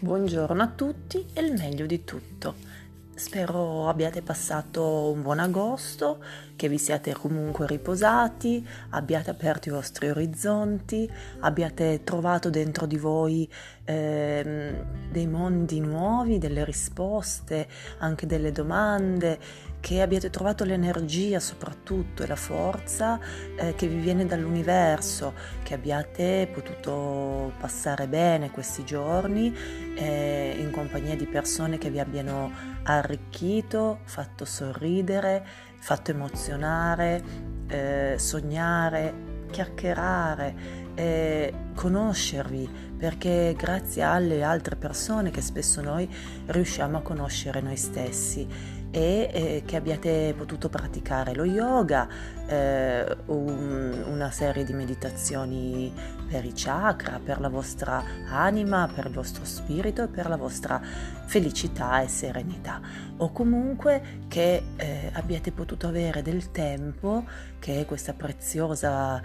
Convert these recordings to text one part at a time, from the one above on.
Buongiorno a tutti e il meglio di tutto. Spero abbiate passato un buon agosto, che vi siate comunque riposati, abbiate aperto i vostri orizzonti, abbiate trovato dentro di voi dei mondi nuovi, delle risposte, anche delle domande, che abbiate trovato l'energia soprattutto e la forza che vi viene dall'universo, che abbiate potuto passare bene questi giorni in compagnia di persone che vi abbiano arricchito, fatto sorridere, fatto emozionare, sognare, chiacchierare, conoscervi, perché grazie alle altre persone che spesso noi riusciamo a conoscere noi stessi e che abbiate potuto praticare lo yoga, una serie di meditazioni per i chakra, per la vostra anima, per il vostro spirito e per la vostra felicità e serenità, o comunque che abbiate potuto avere del tempo, che è questa preziosa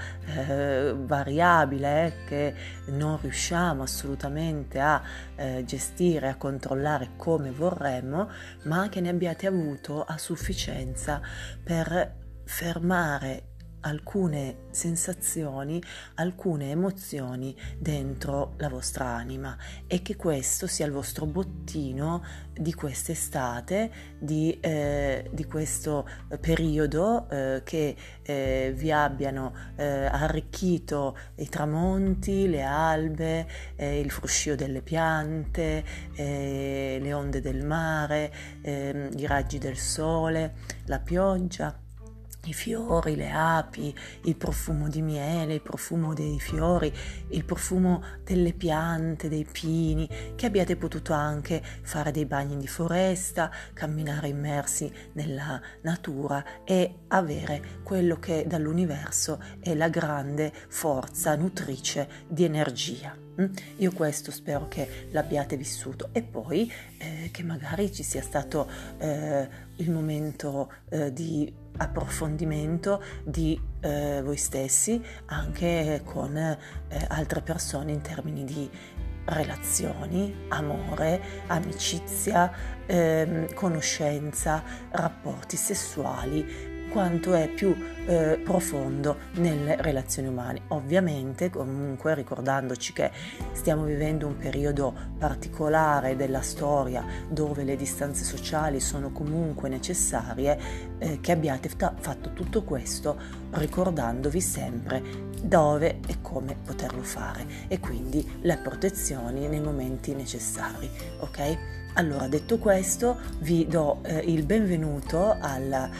variabile che non riusciamo assolutamente a gestire, a controllare come vorremmo, ma che ne abbiate avuto a sufficienza per fermare alcune sensazioni, alcune emozioni dentro la vostra anima, e che questo sia il vostro bottino di quest'estate, di questo periodo, che vi abbiano arricchito i tramonti, le albe, il fruscio delle piante, le onde del mare, i raggi del sole, la pioggia, i fiori, le api, il profumo di miele, il profumo dei fiori, il profumo delle piante, dei pini, che abbiate potuto anche fare dei bagni di foresta, camminare immersi nella natura e avere quello che dall'universo è la grande forza nutrice di energia. Io questo spero che l'abbiate vissuto, e poi che magari ci sia stato il momento di approfondimento di voi stessi anche con altre persone in termini di relazioni, amore, amicizia, conoscenza, rapporti sessuali, quanto è più profondo nelle relazioni umane. Ovviamente, comunque, ricordandoci che stiamo vivendo un periodo particolare della storia dove le distanze sociali sono comunque necessarie, che abbiate fatto tutto questo ricordandovi sempre dove e come poterlo fare, e quindi le protezioni nei momenti necessari, ok? Allora, detto questo, vi do il benvenuto al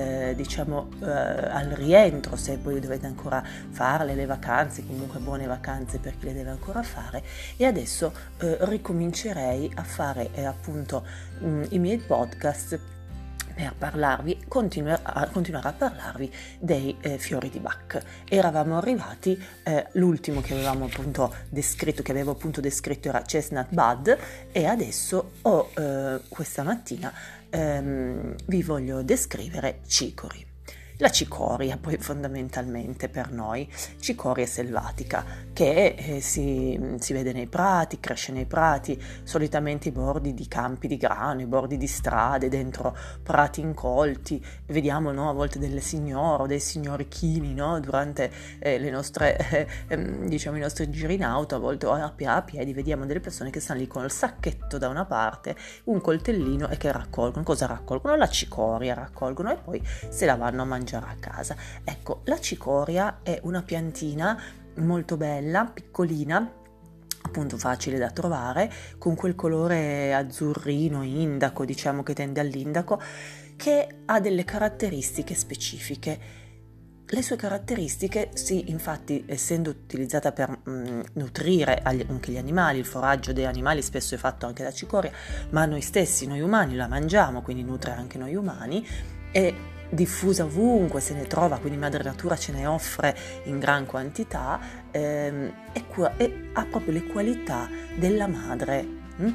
rientro, se voi dovete ancora farle le vacanze, comunque buone vacanze per chi le deve ancora fare, e adesso ricomincerei a fare appunto i miei podcast per parlarvi, continuare a parlarvi dei fiori di Bach. Eravamo arrivati, l'ultimo che avevamo appunto descritto, era Chestnut Bud, e adesso questa mattina vi voglio descrivere Cicori. La cicoria, poi, fondamentalmente per noi, cicoria selvatica, che si vede nei prati, cresce nei prati, solitamente ai bordi di campi di grano, ai bordi di strade, dentro prati incolti. Vediamo, no, a volte delle signore o dei signori chini, no, durante le nostre, i nostri giri in auto, a volte a piedi, vediamo delle persone che stanno lì con il sacchetto da una parte, un coltellino, e che raccolgono. Cosa raccolgono? La cicoria raccolgono, e poi se la vanno a mangiare a casa. Ecco, la cicoria è una piantina molto bella, piccolina, appunto facile da trovare, con quel colore azzurrino, indaco, diciamo, che tende all'indaco, che ha delle caratteristiche specifiche. Le sue caratteristiche, sì, infatti, essendo utilizzata per nutrire anche gli animali, il foraggio degli animali spesso è fatto anche da cicoria, ma noi stessi, noi umani, la mangiamo, quindi nutre anche noi umani, è diffusa ovunque, se ne trova, quindi madre natura ce ne offre in gran quantità, e ha proprio le qualità della madre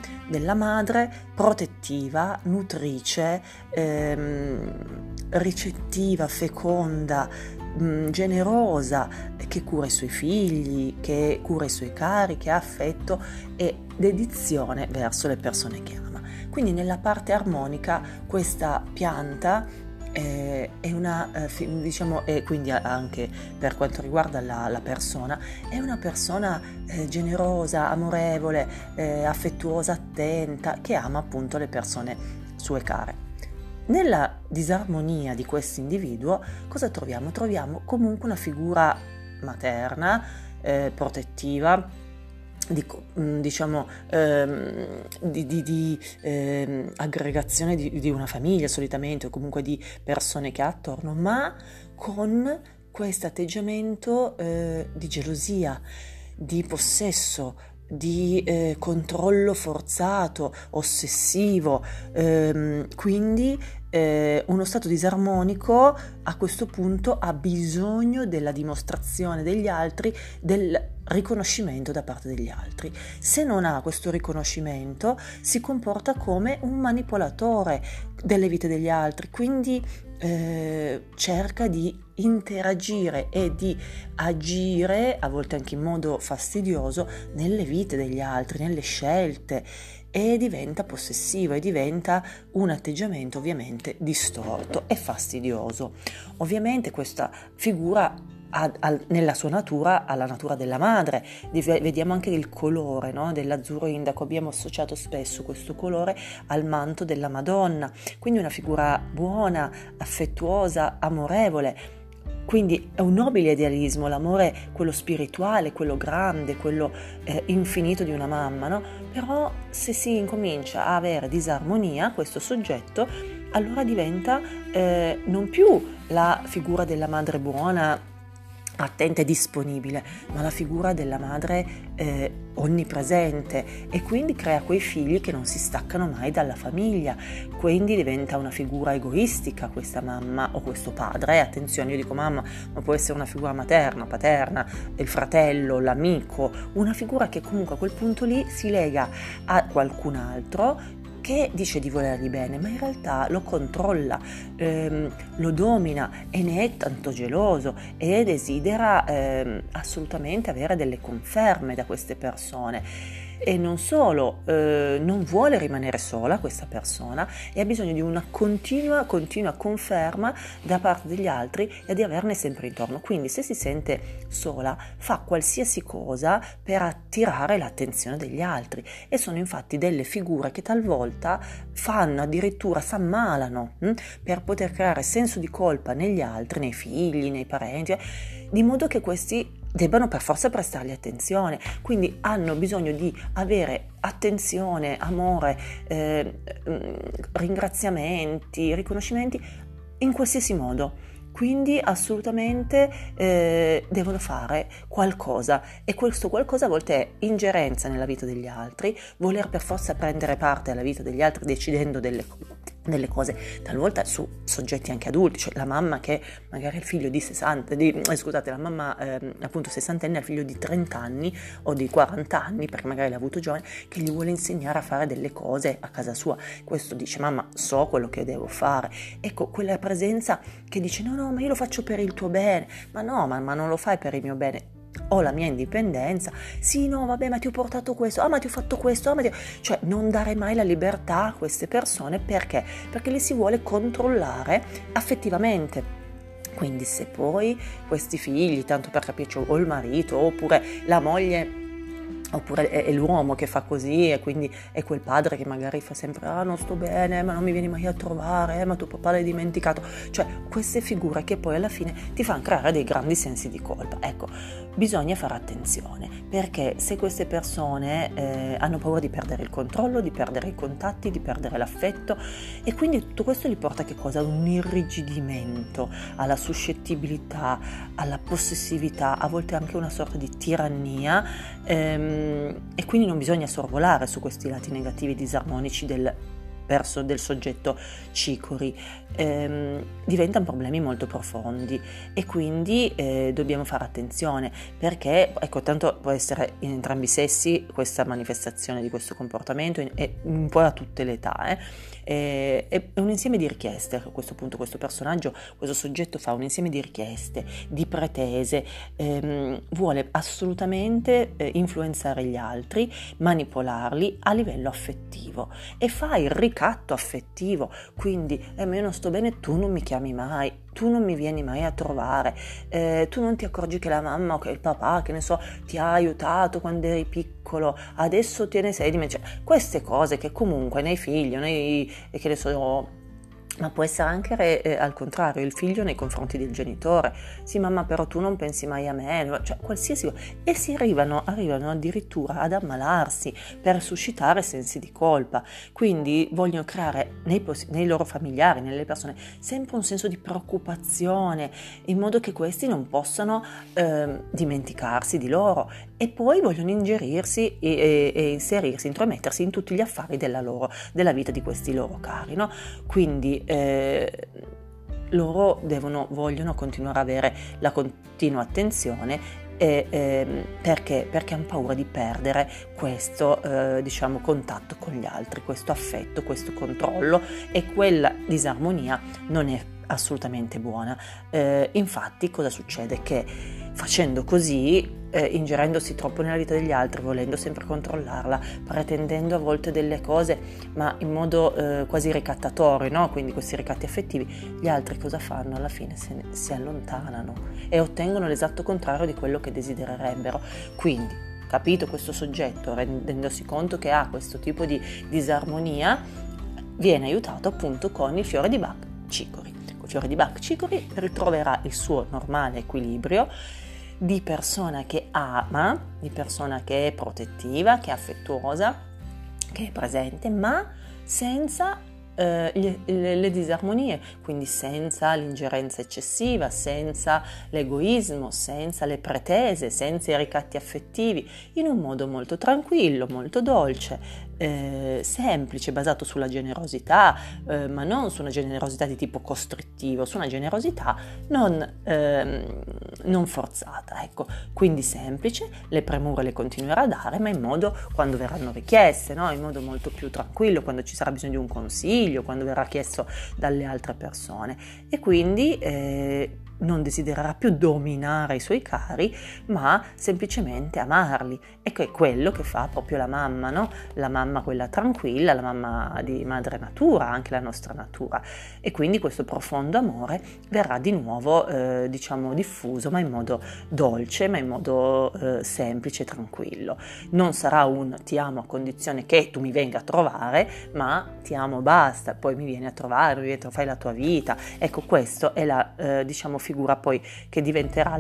protettiva, nutrice, ricettiva, feconda, generosa, che cura i suoi figli, che cura i suoi cari, che ha affetto e dedizione verso le persone che ama. Quindi nella parte armonica questa pianta è una, diciamo, e quindi anche per quanto riguarda la persona, è una persona generosa, amorevole, affettuosa, attenta, che ama appunto le persone sue care. Nella disarmonia di questo individuo cosa troviamo? Troviamo comunque una figura materna, protettiva, diciamo di aggregazione di una famiglia solitamente, o comunque di persone che ha attorno, ma con questo atteggiamento di gelosia, di possesso, di controllo forzato, ossessivo, quindi uno stato disarmonico a questo punto ha bisogno della dimostrazione degli altri, del riconoscimento da parte degli altri. Se non ha questo riconoscimento si comporta come un manipolatore delle vite degli altri, quindi cerca di interagire e di agire, a volte anche in modo fastidioso, nelle vite degli altri, nelle scelte, e diventa possessivo e diventa un atteggiamento ovviamente distorto e fastidioso. Ovviamente questa figura nella sua natura ha la natura della madre. Vediamo anche il colore, no? Dell'azzurro indaco, abbiamo associato spesso questo colore al manto della Madonna, quindi una figura buona, affettuosa, amorevole. Quindi è un nobile idealismo, l'amore, quello spirituale, quello grande, quello infinito di una mamma, no? Però se si incomincia a avere disarmonia, questo soggetto, allora diventa non più la figura della madre buona, attenta e disponibile, ma la figura della madre onnipresente, e quindi crea quei figli che non si staccano mai dalla famiglia. Quindi diventa una figura egoistica questa mamma o questo padre. Attenzione, io dico mamma, ma può essere una figura materna, paterna, il fratello, l'amico, una figura che comunque a quel punto lì si lega a qualcun altro che dice di volergli bene, ma in realtà lo controlla, lo domina e ne è tanto geloso e desidera assolutamente avere delle conferme da queste persone. E non solo, non vuole rimanere sola questa persona e ha bisogno di una continua conferma da parte degli altri e di averne sempre intorno. Quindi se si sente sola fa qualsiasi cosa per attirare l'attenzione degli altri, e sono infatti delle figure che talvolta fanno addirittura, s'ammalano per poter creare senso di colpa negli altri, nei figli, nei parenti, di modo che questi debbano per forza prestargli attenzione. Quindi hanno bisogno di avere attenzione, amore, ringraziamenti, riconoscimenti in qualsiasi modo. Quindi assolutamente devono fare qualcosa, e questo qualcosa a volte è ingerenza nella vita degli altri, voler per forza prendere parte alla vita degli altri decidendo delle cose, talvolta su soggetti anche adulti, cioè la mamma che magari ha il figlio di 60, la mamma appunto 60 anni ha il figlio di 30 anni o di 40 anni, perché magari l'ha avuto giovane, che gli vuole insegnare a fare delle cose a casa sua. Questo dice mamma, so quello che devo fare. Ecco, quella presenza che dice no, ma io lo faccio per il tuo bene, ma no, ma non lo fai per il mio bene. Ho la mia indipendenza, sì, no, vabbè, ma ti ho portato questo, ma ti ho fatto questo, cioè non dare mai la libertà a queste persone. Perché? Perché le si vuole controllare affettivamente. Quindi se poi questi figli, tanto per capirci, o il marito, oppure la moglie, oppure è l'uomo che fa così, e quindi è quel padre che magari fa sempre non sto bene, ma non mi vieni mai a trovare, ma tuo papà l'hai dimenticato, cioè queste figure che poi alla fine ti fanno creare dei grandi sensi di colpa. Ecco, bisogna fare attenzione, perché se queste persone hanno paura di perdere il controllo, di perdere i contatti, di perdere l'affetto, e quindi tutto questo li porta a che cosa? Ad un irrigidimento, alla suscettibilità, alla possessività, a volte anche una sorta di tirannia, e quindi non bisogna sorvolare su questi lati negativi disarmonici del soggetto Cicuri, diventano problemi molto profondi e quindi dobbiamo fare attenzione, perché ecco, tanto può essere in entrambi i sessi questa manifestazione di questo comportamento e un po' a tutte le età, è un insieme di richieste. A questo punto questo personaggio, questo soggetto fa un insieme di richieste, di pretese, vuole assolutamente influenzare gli altri, manipolarli a livello affettivo e fa il ricatto affettivo, quindi ma io non sto bene, tu non mi chiami mai, tu non mi vieni mai a trovare, tu non ti accorgi che la mamma o che il papà, che ne so, ti ha aiutato quando eri piccolo, adesso te ne sei dimenticato. Queste cose che comunque nei figli, che ne so, ma può essere anche al contrario, il figlio nei confronti del genitore, sì mamma però tu non pensi mai a me, cioè qualsiasi cosa, e si arrivano addirittura ad ammalarsi per suscitare sensi di colpa, quindi vogliono creare nei loro familiari, nelle persone, sempre un senso di preoccupazione, in modo che questi non possano dimenticarsi di loro, e poi vogliono ingerirsi e inserirsi, intromettersi in tutti gli affari della vita di questi loro cari, no? Quindi loro vogliono continuare ad avere la continua attenzione perché hanno paura di perdere questo diciamo contatto con gli altri, questo affetto, questo controllo, e quella disarmonia non è assolutamente buona. Infatti cosa succede? Che facendo così, ingerendosi troppo nella vita degli altri, volendo sempre controllarla, pretendendo a volte delle cose, ma in modo quasi ricattatorio, no? Quindi questi ricatti affettivi, gli altri cosa fanno? Alla fine si allontanano e ottengono l'esatto contrario di quello che desidererebbero. Quindi, capito questo soggetto, rendendosi conto che ha questo tipo di disarmonia, viene aiutato appunto con il fiore di Bach Cicuri. Con il fiore di Bach Cicuri ritroverà il suo normale equilibrio di persona che ama, di persona che è protettiva, che è affettuosa, che è presente, ma senza le disarmonie, quindi senza l'ingerenza eccessiva, senza l'egoismo, senza le pretese, senza i ricatti affettivi, in un modo molto tranquillo, molto dolce, semplice, basato sulla generosità, ma non su una generosità di tipo costrittivo, su una generosità non forzata, ecco. Quindi semplice, le premure le continuerà a dare, ma in modo, quando verranno richieste, no? In modo molto più tranquillo, quando ci sarà bisogno di un consiglio, quando verrà chiesto dalle altre persone, e quindi non desidererà più dominare i suoi cari, ma semplicemente amarli, e che è quello che fa proprio la mamma, no? La mamma quella tranquilla, la mamma di madre natura, anche la nostra natura, e quindi questo profondo amore verrà di nuovo diciamo diffuso, ma in modo dolce, ma in modo semplice e tranquillo. Non sarà un ti amo a condizione che tu mi venga a trovare, ma ti amo basta, poi mi vieni a trovare, fai la tua vita. Ecco, questo è la diciamo figura poi che diventerà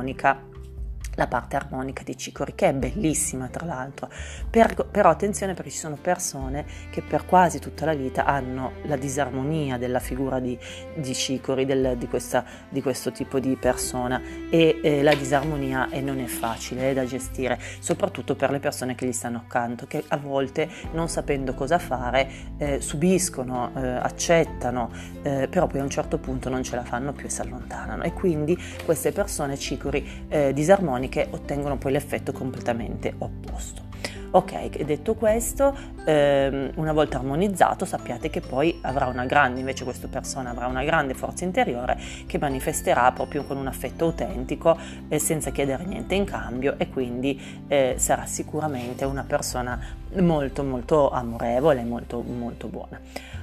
la parte armonica di Cicuri, che è bellissima tra l'altro, però attenzione, perché ci sono persone che per quasi tutta la vita hanno la disarmonia della figura di Cicuri, di questo tipo di persona, e la disarmonia non è facile da gestire, soprattutto per le persone che gli stanno accanto, che a volte, non sapendo cosa fare, subiscono, accettano, però poi a un certo punto non ce la fanno più e si allontanano, e quindi queste persone Cicuri disarmoniche ottengono poi l'effetto completamente opposto. Ok, detto questo, una volta armonizzato, sappiate che poi invece questa persona avrà una grande forza interiore che manifesterà proprio con un affetto autentico, senza chiedere niente in cambio, e quindi sarà sicuramente una persona molto molto amorevole, molto molto buona.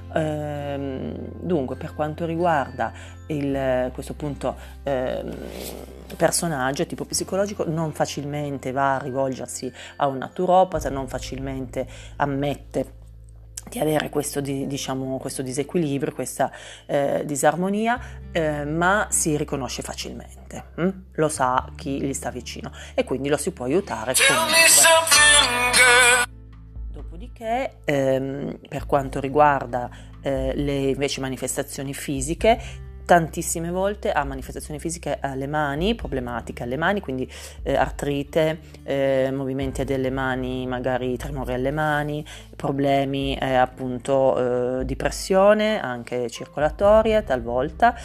Dunque, per quanto riguarda questo punto personaggio tipo psicologico, non facilmente va a rivolgersi a un naturopata, non facilmente ammette di avere questo disequilibrio, questa disarmonia, ma si riconosce facilmente, lo sa chi gli sta vicino, e quindi lo si può aiutare comunque. Dopodiché, per quanto riguarda le invece manifestazioni fisiche, tantissime volte ha manifestazioni fisiche alle mani, problematiche alle mani, quindi artrite, movimenti delle mani, magari tremori alle mani, problemi appunto di pressione, anche circolatoria talvolta,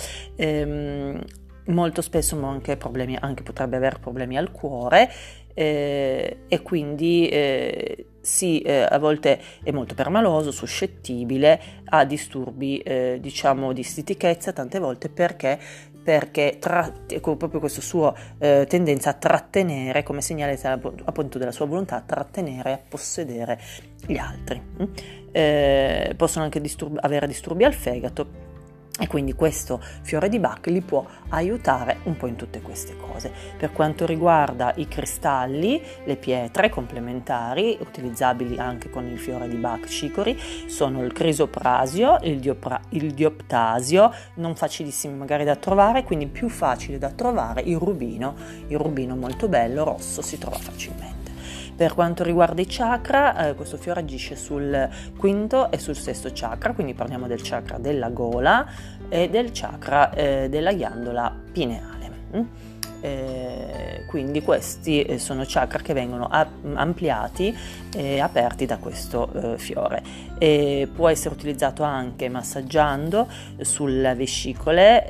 molto spesso anche problemi, anche potrebbe avere problemi al cuore, e quindi a volte è molto permaloso, suscettibile a disturbi diciamo di stitichezza, tante volte perché proprio questa sua tendenza a trattenere, come segnale appunto della sua volontà, a trattenere e a possedere gli altri. Possono anche avere disturbi al fegato, e quindi questo fiore di Bach li può aiutare un po' in tutte queste cose. Per quanto riguarda i cristalli, le pietre complementari utilizzabili anche con il fiore di Bach cicori sono il crisoprasio, il dioptasio, non facilissimi magari da trovare, quindi più facile da trovare il rubino molto bello, rosso, si trova facilmente. Per quanto riguarda i chakra, questo fiore agisce sul quinto e sul sesto chakra, quindi parliamo del chakra della gola e del chakra della ghiandola pineale. Quindi questi sono chakra che vengono ampliati e aperti da questo fiore. Può essere utilizzato anche massaggiando sulla vescica,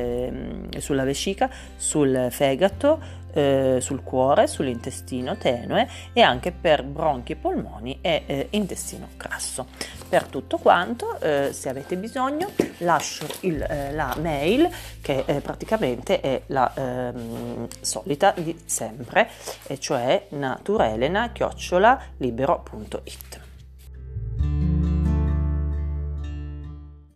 sul fegato, sul cuore, sull'intestino tenue e anche per bronchi e polmoni e intestino grasso. Per tutto quanto, se avete bisogno, lascio la mail che praticamente è la solita di sempre, e cioè naturelena@libero.it.